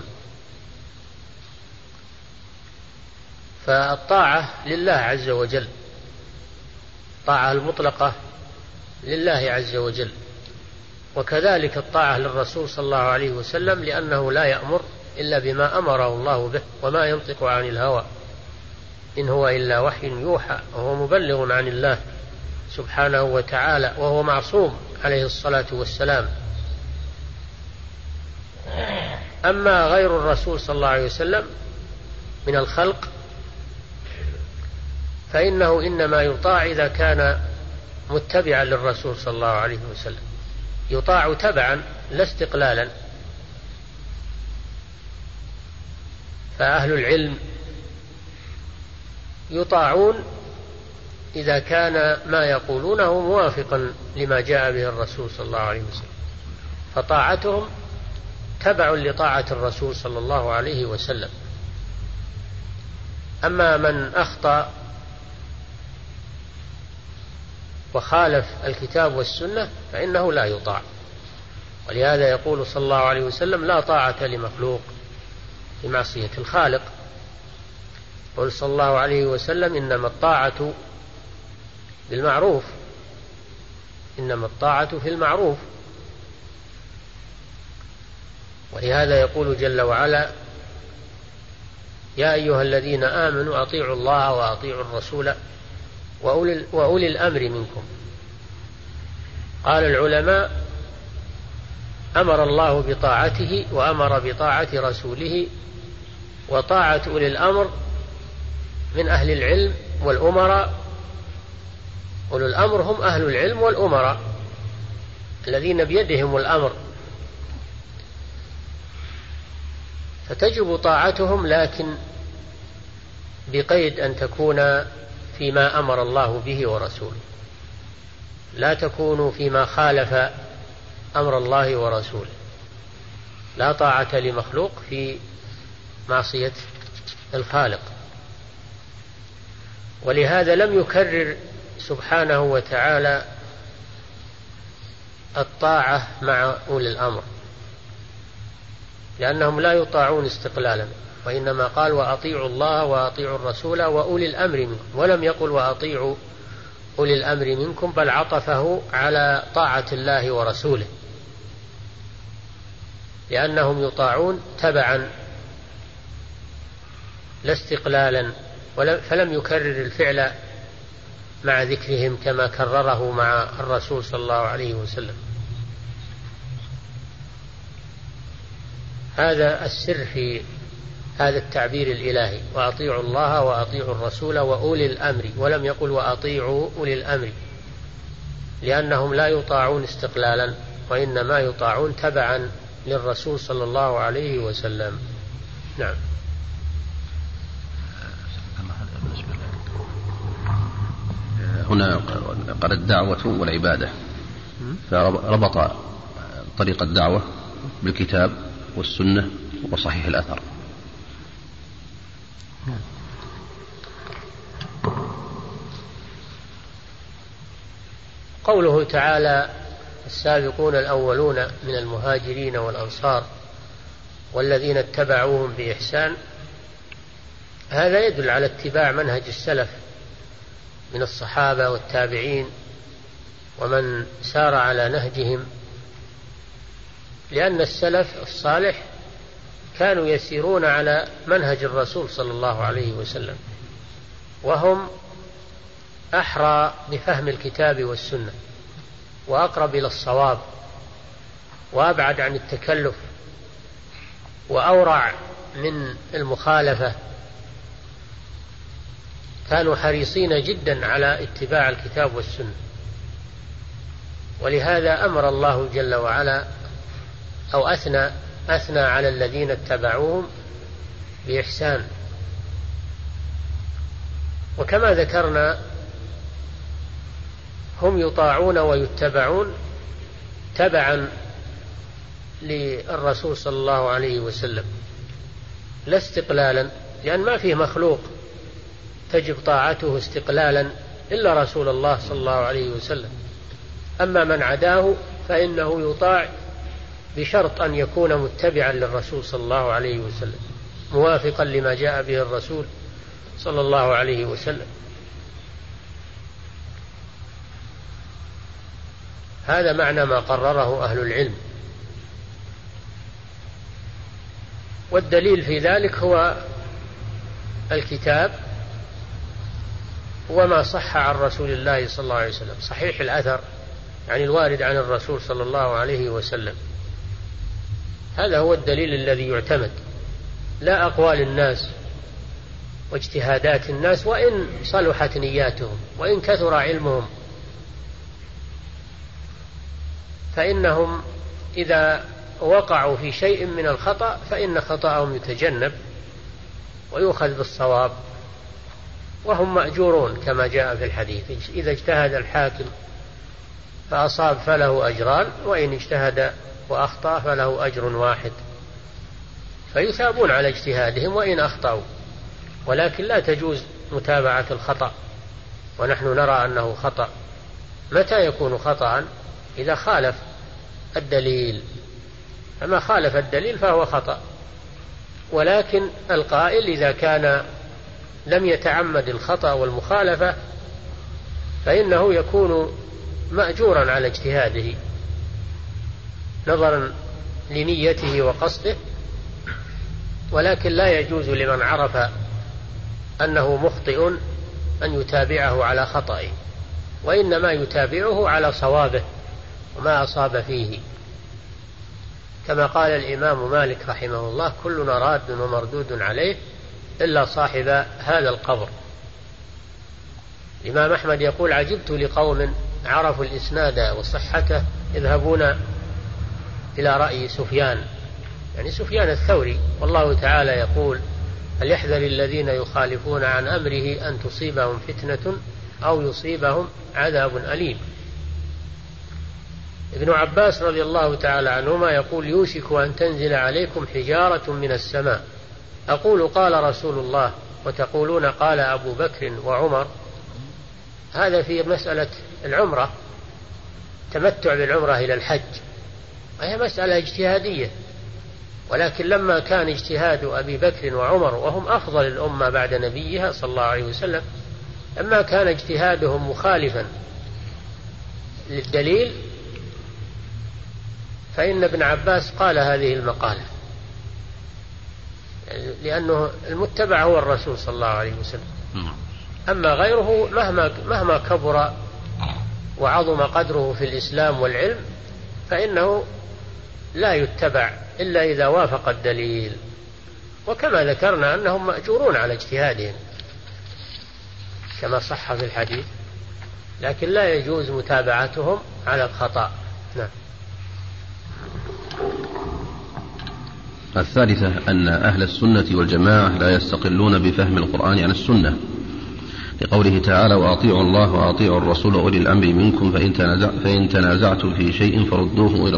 فالطاعة لله عز وجل، الطاعة المطلقة لله عز وجل، وكذلك الطاعة للرسول صلى الله عليه وسلم، لأنه لا يأمر إلا بما أمره الله به، وما ينطق عن الهوى إن هو إلا وحي يوحى، وهو مبلغ عن الله سبحانه وتعالى، وهو معصوم عليه الصلاة والسلام. أما غير الرسول صلى الله عليه وسلم من الخلق فإنه إنما يطاع إذا كان متبعا للرسول صلى الله عليه وسلم، يطاع تبعا لا استقلالا. فأهل العلم يطاعون إذا كان ما يقولونه موافقا لما جاء به الرسول صلى الله عليه وسلم، فطاعتهم تبع لطاعة الرسول صلى الله عليه وسلم. أما من أخطأ وخالف الكتاب والسنة فإنه لا يطاع، ولهذا يقول صلى الله عليه وسلم: لا طاعة لمخلوق في معصية الخالق. قال صلى الله عليه وسلم: إنما الطاعة بالمعروف، إنما الطاعة في المعروف. ولهذا يقول جل وعلا: يا أيها الذين آمنوا أطيعوا الله وأطيعوا الرسول وأولي الأمر منكم. قال العلماء: أمر الله بطاعته وأمر بطاعة رسوله، وطاعة أولي الأمر من أهل العلم والأمراء. أولو الأمر هم أهل العلم والأمراء الذين بيدهم الأمر، فتجب طاعتهم، لكن بقيد أن تكون فيما أمر الله به ورسوله، لا تكون فيما خالف أمر الله ورسوله. لا طاعة لمخلوق في معصية الخالق. ولهذا لم يكرر سبحانه وتعالى الطاعة مع أولي الأمر، لأنهم لا يطاعون استقلالا، وإنما قال: وأطيعوا الله وأطيعوا الرسول وأولي الأمر منكم، ولم يقل وأطيعوا أولي الأمر منكم، بل عطفه على طاعة الله ورسوله، لأنهم يطاعون تبعا لا استقلالا، فلم يكرر الفعل مع ذكرهم كما كرره مع الرسول صلى الله عليه وسلم. هذا السر في هذا التعبير الإلهي: وأطيعوا الله وأطيعوا الرسول وأولي الأمر، ولم يقل وأطيعوا أولي الأمر، لأنهم لا يطاعون استقلالا، وإنما يطاعون تبعا للرسول صلى الله عليه وسلم. نعم. هنا قال الدعوة والعبادة، فربط طريق الدعوة بالكتاب والسنة وصحيح الأثر. قوله تعالى: السابقون الأولون من المهاجرين والأنصار والذين اتبعوهم بإحسان، هذا يدل على اتباع منهج السلف من الصحابة والتابعين ومن سار على نهجهم، لأن السلف الصالح كانوا يسيرون على منهج الرسول صلى الله عليه وسلم، وهم أحرى بفهم الكتاب والسنة، وأقرب إلى الصواب، وأبعد عن التكلف، وأورع من المخالفة. كانوا حريصين جدا على اتباع الكتاب والسنة. ولهذا أمر الله جل وعلا أو أثنى أثنى على الذين اتبعوهم بإحسان. وكما ذكرنا هم يطاعون ويتبعون تبعا للرسول صلى الله عليه وسلم لا استقلالا، لأن ما فيه مخلوق تجب طاعته استقلالا إلا رسول الله صلى الله عليه وسلم. أما من عداه فإنه يطاع بشرط أن يكون متبعا للرسول صلى الله عليه وسلم موافقا لما جاء به الرسول صلى الله عليه وسلم. هذا معنى ما قرره أهل العلم. والدليل في ذلك هو الكتاب وما صح عن رسول الله صلى الله عليه وسلم، صحيح الأثر يعني الوارد عن الرسول صلى الله عليه وسلم. هذا هو الدليل الذي يعتمد، لا أقوال الناس واجتهادات الناس وإن صلحت نياتهم وإن كثر علمهم، فإنهم إذا وقعوا في شيء من الخطأ فإن خطأهم يتجنب ويؤخذ بالصواب وهم مأجورون كما جاء في الحديث: إذا اجتهد الحاكم فأصاب فله أجران، وإن اجتهد وأخطأ فله أجر واحد، فيثابون على اجتهادهم وإن أخطأوا. ولكن لا تجوز متابعة الخطأ، ونحن نرى أنه خطأ. متى يكون خطأ؟ إذا خالف الدليل، أما خالف الدليل فهو خطأ. ولكن القائل إذا كان لم يتعمد الخطأ والمخالفة فإنه يكون مأجورا على اجتهاده نظرا لنيته وقصده. ولكن لا يجوز لمن عرف أنه مخطئ أن يتابعه على خطئه، وإنما يتابعه على صوابه وما أصاب فيه، كما قال الإمام مالك رحمه الله: كلنا راد ومردود عليه إلا صاحب هذا القبر. الإمام أحمد يقول: عجبت لقوم عرفوا الإسناد وصحته يذهبون إلى رأي سفيان، يعني سفيان الثوري، والله تعالى يقول: فليحذر الذين يخالفون عن أمره أن تصيبهم فتنة أو يصيبهم عذاب أليم. ابن عباس رضي الله تعالى عنهما يقول: يوشك أن تنزل عليكم حجارة من السماء، أقول قال رسول الله وتقولون قال أبو بكر وعمر. هذا في مسألة العمرة، تمتع بالعمرة إلى الحج، وهي مسألة اجتهادية. ولكن لما كان اجتهاد أبي بكر وعمر وهم أفضل الأمة بعد نبيها صلى الله عليه وسلم، لما كان اجتهادهم مخالفا للدليل فإن ابن عباس قال هذه المقالة، لأنه المتبع هو الرسول صلى الله عليه وسلم. أما غيره مهما كبر وعظم قدره في الإسلام والعلم فإنه لا يتبع إلا إذا وافق الدليل. وكما ذكرنا أنهم مأجورون على اجتهادهم كما صح في الحديث، لكن لا يجوز متابعتهم على الخطأ. نعم. الثالثة أن أهل السنة والجماعة لا يستقلون بفهم القرآن عن السنة، لقوله تعالى: وأطيعوا الله وأطيعوا الرسول وأولي الأمر منكم فإن تنازعتم في شيء فردوه إلى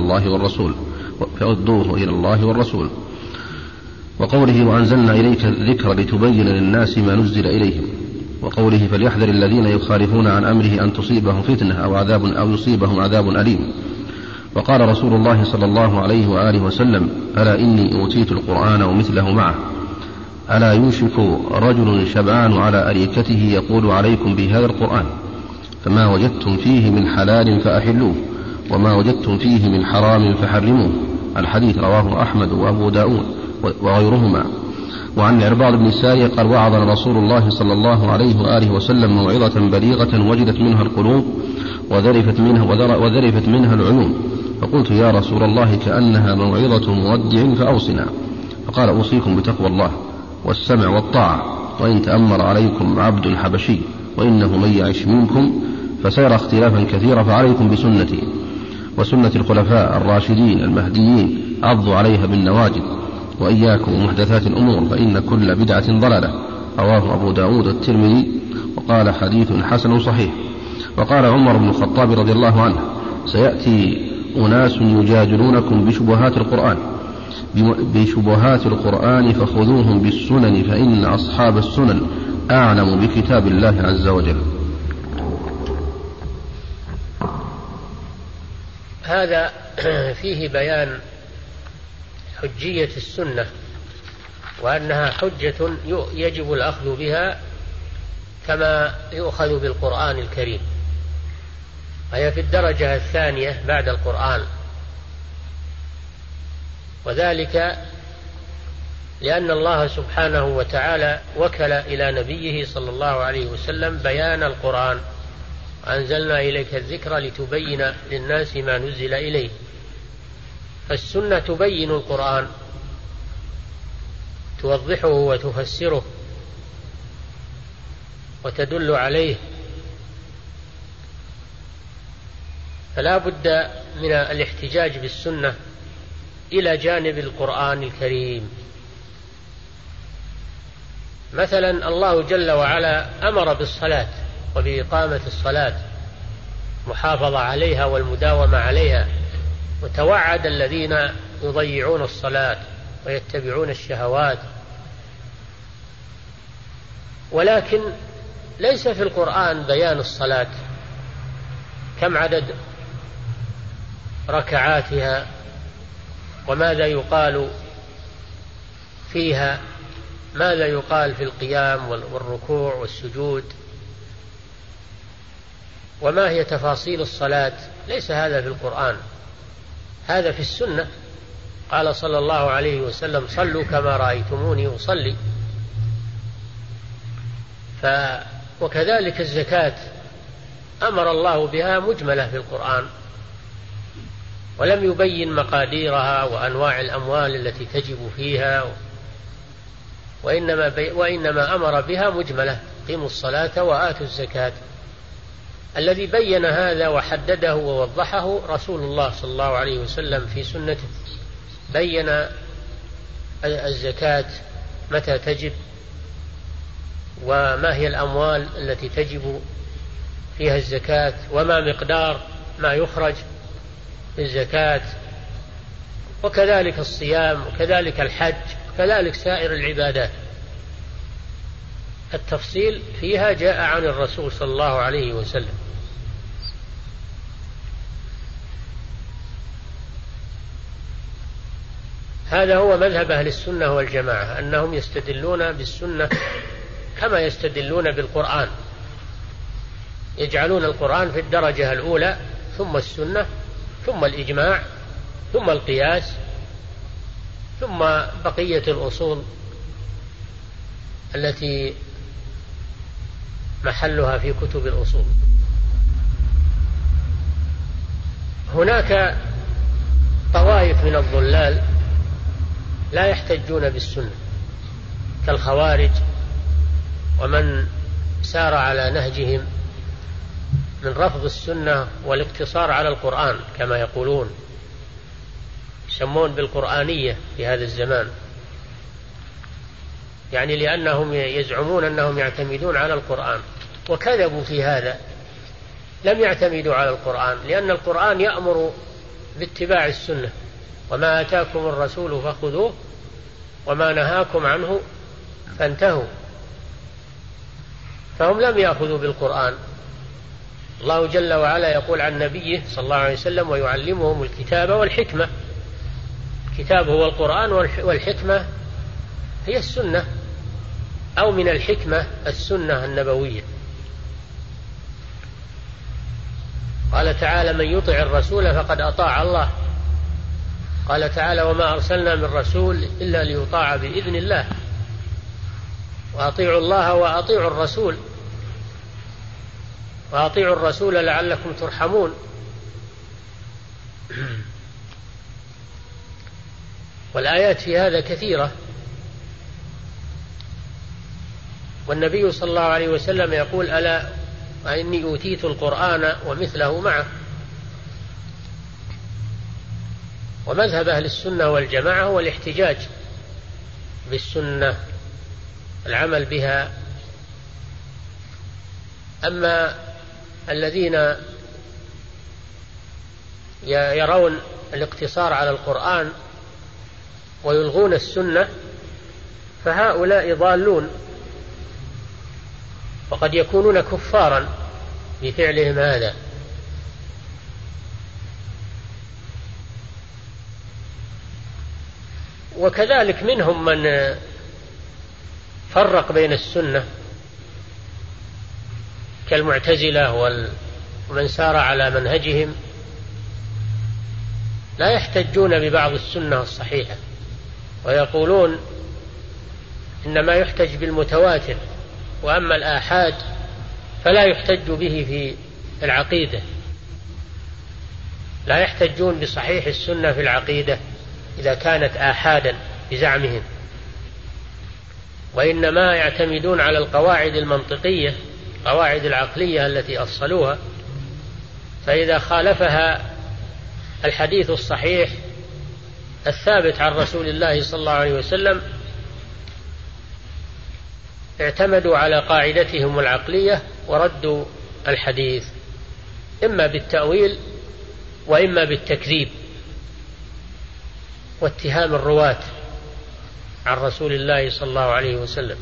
الله والرسول. وقوله: وأنزلنا إليك الذكر لتبين للناس ما نزل إليهم. وقوله: فليحذر الذين يخالفون عن أمره أن تصيبهم فتنة أو يصيبهم عذاب أليم. وقال رسول الله صلى الله عليه وآله وسلم: ألا إني أوتيت القرآن ومثله معه، ألا يوشك رجل شبعان على أريكته يقول عليكم بهذا القرآن، فما وجدتم فيه من حلال فأحلوه وما وجدتم فيه من حرام فحرموه. الحديث رواه أحمد وأبو داود وغيرهما. وعن عرباض بن سارية قال: وعظنا رسول الله صلى الله عليه وآله وسلم موعظة بليغة وجدت منها القلوب وذرفت منها العيون، فقلت: يا رسول الله كأنها موعظة مودع فأوصنا. فقال: أوصيكم بتقوى الله والسمع والطاعة، وإن تأمر عليكم عبد حبشي، وإنه من يعش منكم فسيرى اختلافا كثيرا، فعليكم بسنتي وسنة الخلفاء الراشدين المهديين عضوا عليها بالنواجذ، وإياكم ومحدثات الأمور فإن كل بدعة ضلالة. رواه أبو داود والترمذي وقال حديث حسن صحيح. وقال عمر بن الخطاب رضي الله عنه: سيأتي أناس يجادلونكم بشبهات القرآن فخذوهم بالسنن فإن أصحاب السنن أعلم بكتاب الله عز وجل. هذا فيه بيان حجية السنة، وأنها حجة يجب الأخذ بها كما يؤخذ بالقرآن الكريم، وهي في الدرجة الثانية بعد القرآن، وذلك لأن الله سبحانه وتعالى وكل إلى نبيه صلى الله عليه وسلم بيان القرآن: أنزلنا إليك الذكر لتبين للناس ما نزل إليه. فالسنة تبين القرآن، توضحه وتفسره وتدل عليه، فلا بد من الاحتجاج بالسنة إلى جانب القرآن الكريم. مثلا الله جل وعلا أمر بالصلاة وبإقامة الصلاة، محافظة عليها والمداومة عليها، وتوعد الذين يضيعون الصلاة ويتبعون الشهوات. ولكن ليس في القرآن بيان الصلاة، كم عدد ركعاتها وماذا يقال فيها، ماذا يقال في القيام والركوع والسجود، وما هي تفاصيل الصلاة. ليس هذا في القرآن، هذا في السنة. قال صلى الله عليه وسلم: صلوا كما رأيتموني أصلي. وكذلك الزكاة أمر الله بها مجملة في القرآن، ولم يبين مقاديرها وأنواع الأموال التي تجب فيها، وإنما أمر بها مجملة: قيموا الصلاة وآتوا الزكاة. الذي بين هذا وحدده ووضحه رسول الله صلى الله عليه وسلم في سنته، بين الزكاة متى تجب، وما هي الأموال التي تجب فيها الزكاة، وما مقدار ما يخرج بالزكاة، وكذلك الصيام، وكذلك الحج، وكذلك سائر العبادات. التفصيل فيها جاء عن الرسول صلى الله عليه وسلم. هذا هو مذهب أهل السنة والجماعة، أنهم يستدلون بالسنة كما يستدلون بالقرآن، يجعلون القرآن في الدرجة الأولى، ثم السنة، ثم الإجماع، ثم القياس، ثم بقية الأصول التي محلها في كتب الأصول. هناك طوائف من الضلال لا يحتجون بالسنة، كالخوارج ومن سار على نهجهم من رفض السنة والاقتصار على القرآن، كما يقولون، يسمون بالقرآنية في هذا الزمان، يعني لأنهم يزعمون أنهم يعتمدون على القرآن، وكذبوا في هذا. لم يعتمدوا على القرآن، لأن القرآن يأمر باتباع السنة: وما آتاكم الرسول فخذوه وما نهاكم عنه فانتهوا. فهم لم يأخذوا بالقرآن. الله جل وعلا يقول عن نبيه صلى الله عليه وسلم: ويعلمهم الكتاب والحكمة. الكتاب هو القرآن، والحكمة هي السنة، أو من الحكمة السنة النبوية. قال تعالى: من يطع الرسول فقد أطاع الله. قال تعالى: وما أرسلنا من رسول إلا ليطاع بإذن الله، وأطيعوا الله وأطيعوا الرسول، وأطيعوا الرسول لعلكم ترحمون. والآيات في هذا كثيرة. والنبي صلى الله عليه وسلم يقول: ألا إني أوتيت القرآن ومثله معه. ومذهب أهل السنة والجماعة هو الاحتجاج بالسنة، العمل بها. أما الذين يرون الاقتصار على القرآن ويلغون السنة فهؤلاء ضالون، وقد يكونون كفارا بفعلهم هذا. وكذلك منهم من فرق بين السنة كالمعتزلة ومن سار على منهجهم، لا يحتجون ببعض السنة الصحيحة ويقولون إنما يحتج بالمتواتر، وأما الآحاد فلا يحتج به في العقيدة، لا يحتجون بصحيح السنة في العقيدة إذا كانت آحادا بزعمهم، وإنما يعتمدون على القواعد المنطقية، القواعد العقلية التي أصلوها، فإذا خالفها الحديث الصحيح الثابت عن رسول الله صلى الله عليه وسلم اعتمدوا على قاعدتهم العقلية وردوا الحديث إما بالتأويل وإما بالتكذيب واتهام الرواة عن رسول الله صلى الله عليه وسلم.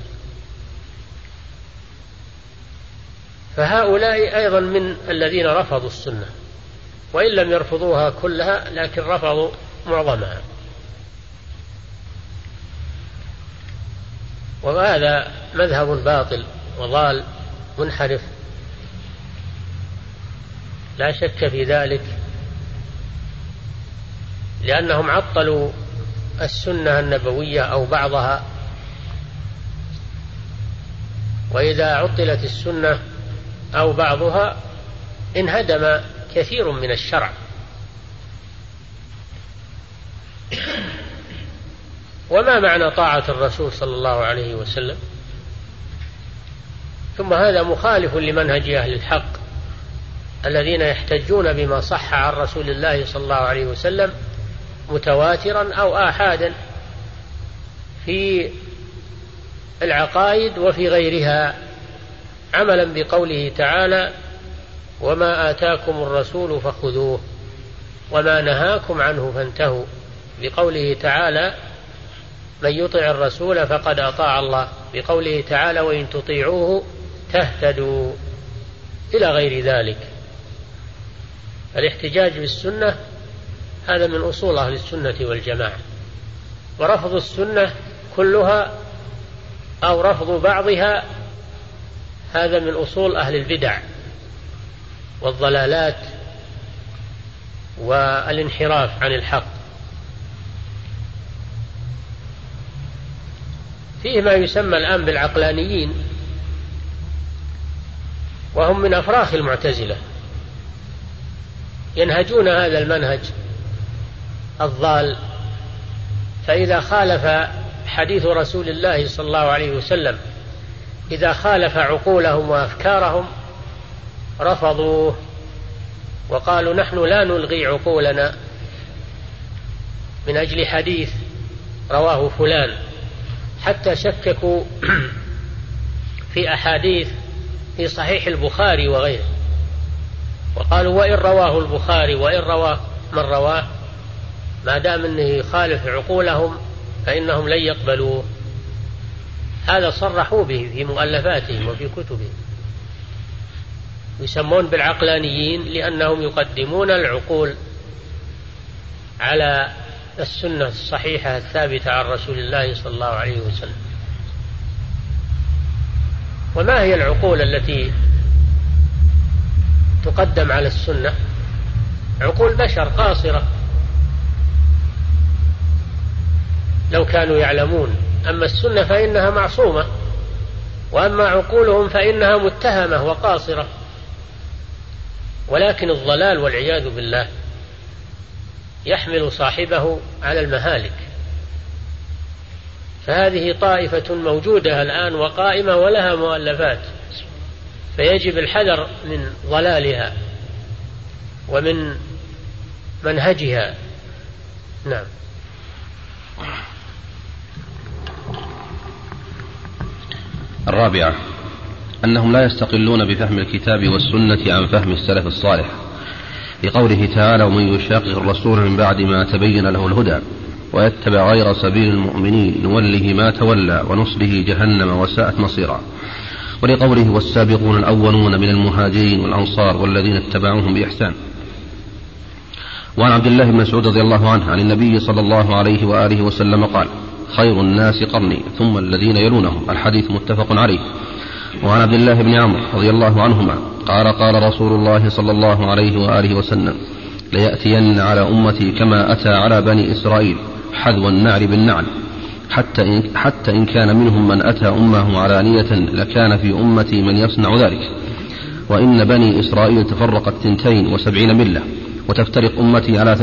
فهؤلاء أيضا من الذين رفضوا السنة، وإن لم يرفضوها كلها لكن رفضوا معظمها. وهذا مذهب باطل وضال منحرف لا شك في ذلك، لأنهم عطلوا السنة النبوية أو بعضها، وإذا عطلت السنة أو بعضها انهدم كثير من الشرع. وما معنى طاعة الرسول صلى الله عليه وسلم؟ ثم هذا مخالف لمنهج أهل الحق الذين يحتجون بما صح عن رسول الله صلى الله عليه وسلم متواترا أو آحادا في العقائد وفي غيرها، عملا بقوله تعالى: وما آتاكم الرسول فخذوه وما نهاكم عنه فانتهوا، بقوله تعالى: من يطع الرسول فقد أطاع الله، بقوله تعالى: وإن تطيعوه تهتدوا، إلى غير ذلك. الاحتجاج بالسنة هذا من أصول أهل السنة والجماعة، ورفض السنة كلها أو رفض بعضها هذا من أصول أهل البدع والضلالات والانحراف عن الحق. فيه ما يسمى الآن بالعقلانيين، وهم من أفراخ المعتزلة، ينهجون هذا المنهج الضال، فإذا خالف حديث رسول الله صلى الله عليه وسلم، إذا خالف عقولهم وأفكارهم رفضوه وقالوا: نحن لا نلغي عقولنا من أجل حديث رواه فلان، حتى شككوا في أحاديث في صحيح البخاري وغيره، وقالوا: وإن رواه البخاري وإن رواه من رواه، ما دام أنه يخالف عقولهم فإنهم لن يقبلوه. هذا صرحوا به في مؤلفاتهم وفي كتبهم. يسمون بالعقلانيين لأنهم يقدمون العقول على السنة الصحيحة الثابتة عن رسول الله صلى الله عليه وسلم. وما هي العقول التي تقدم على السنة؟ عقول بشر قاصرة لو كانوا يعلمون. أما السنة فإنها معصومة، وأما عقولهم فإنها متهمة وقاصرة. ولكن الضلال والعياذ بالله يحمل صاحبه على المهالك. فهذه طائفة موجودة الآن وقائمة ولها مؤلفات، فيجب الحذر من ضلالها ومن منهجها. نعم. الرابعة أنهم لا يستقلون بفهم الكتاب والسنة عن فهم السلف الصالح، لقوله تعالى: ومن يشاقق الرسول من بعد ما تبين له الهدى ويتبع غير سبيل المؤمنين نوله ما تولى ونصله جهنم وساءت مصيرا. ولقوله: والسابقون الأولون من المهاجرين والأنصار والذين اتبعوهم بإحسان. وعن عبد الله بن مسعود رضي الله عنه عن النبي صلى الله عليه وآله وسلم قال: خير الناس قرني ثم الذين يلونهم. الحديث متفق عليه. وعن عبد الله بن عمرو رضي الله عنهما قال: قال رسول الله صلى الله عليه وآله وسلم: ليأتين على أمتي كما أتى على بني إسرائيل حذو النعل بالنعل، حتى إن كان منهم من أتى أمه علانية لكان في أمتي من يصنع ذلك. وإن بني إسرائيل تفرقت 72 ملة، وتفترق أمتي على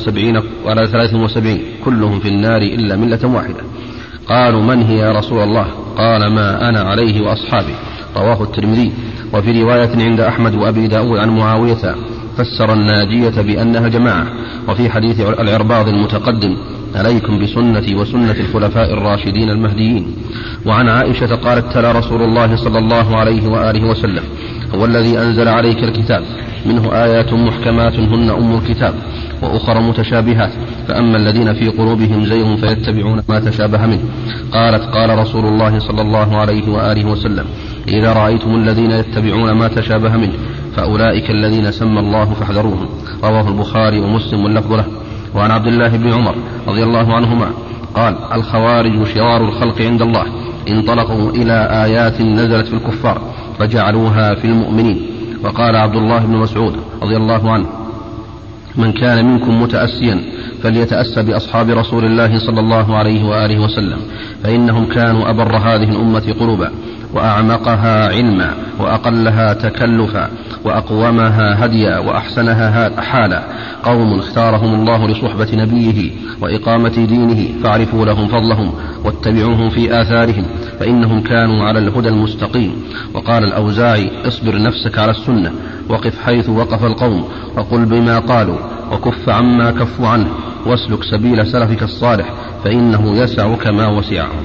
73 كلهم في النار إلا ملة واحدة. قالوا: من هي يا رسول الله؟ قال: ما أنا عليه وأصحابي. رواه الترمذي. وفي رواية عند أحمد وأبي داود عن معاوية فسر الناجية بأنها جماعة. وفي حديث العرباض المتقدم: عليكم بسنتي وسنة الخلفاء الراشدين المهديين. وعن عائشة قالت: تلا رسول الله صلى الله عليه وآله وسلم: هو الذي أنزل عليك الكتاب منه آيات محكمات هن أم الكتاب وأخر متشابهات، فأما الذين في قلوبهم زيغ فيتبعون ما تشابه منه. قالت: قال رسول الله صلى الله عليه وآله وسلم: إذا رأيتم الذين يتبعون ما تشابه منه فأولئك الذين سمى الله فاحذروهم. رواه البخاري ومسلم واللفظ له. وعن عبد الله بن عمر رضي الله عنهما قال: الخوارج شرار الخلق عند الله، انطلقوا إلى آيات نزلت في الكفار فجعلوها في المؤمنين. وقال عبد الله بن مسعود رضي الله عنه: من كان منكم متأسيا فليتأسى بأصحاب رسول الله صلى الله عليه وآله وسلم، فإنهم كانوا أبر هذه الأمة قلوبا وأعمقها علما وأقلها تكلفا وأقومها هديا وأحسنها حالا، قوم اختارهم الله لصحبة نبيه وإقامة دينه، فاعرفوا لهم فضلهم واتبعوهم في آثارهم فإنهم كانوا على الهدى المستقيم. وقال الأوزاعي: اصبر نفسك على السنة، وقف حيث وقف القوم، وقل بما قالوا، وكف عما كفوا عنه، واسلك سبيل سلفك الصالح فإنه يسعك ما وسعهم.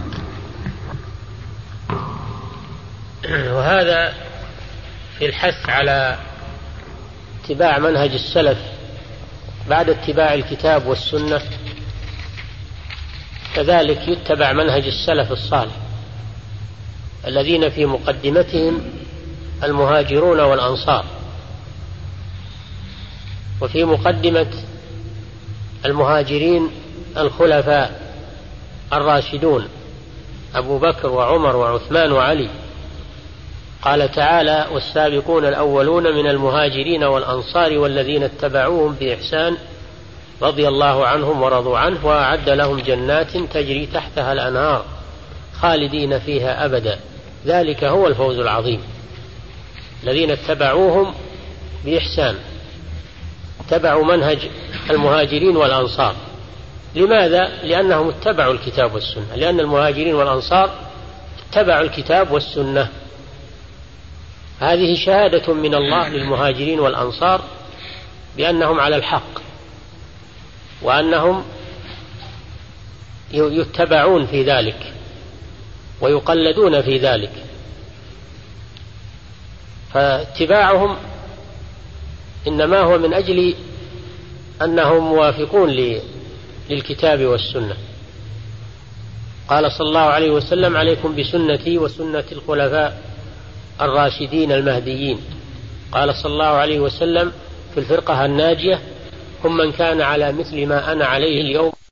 وهذا في الحث على اتباع منهج السلف بعد اتباع الكتاب والسنة، كذلك يتبع منهج السلف الصالح الذين في مقدمتهم المهاجرون والأنصار، وفي مقدمة المهاجرين الخلفاء الراشدون أبو بكر وعمر وعثمان وعلي. قال تعالى: والسابقون الأولون من المهاجرين والأنصار والذين اتبعوهم بإحسان رضي الله عنهم ورضوا عنه وأعد لهم جنات تجري تحتها الأنهار خالدين فيها أبدا ذلك هو الفوز العظيم. الذين اتبعوهم بإحسان اتبعوا منهج المهاجرين والأنصار. لماذا؟ لأنهم اتبعوا الكتاب والسنة، لأن المهاجرين والأنصار اتبعوا الكتاب والسنة. هذه شهادة من الله للمهاجرين والأنصار بأنهم على الحق، وأنهم يتبعون في ذلك ويقلدون في ذلك. فاتباعهم إنما هو من أجل أنهم موافقون للكتاب والسنة. قال صلى الله عليه وسلم: عليكم بسنتي وسنة الخلفاء الراشدين المهديين. قال صلى الله عليه وسلم في الفرقة الناجية: هم من كان على مثل ما أنا عليه اليوم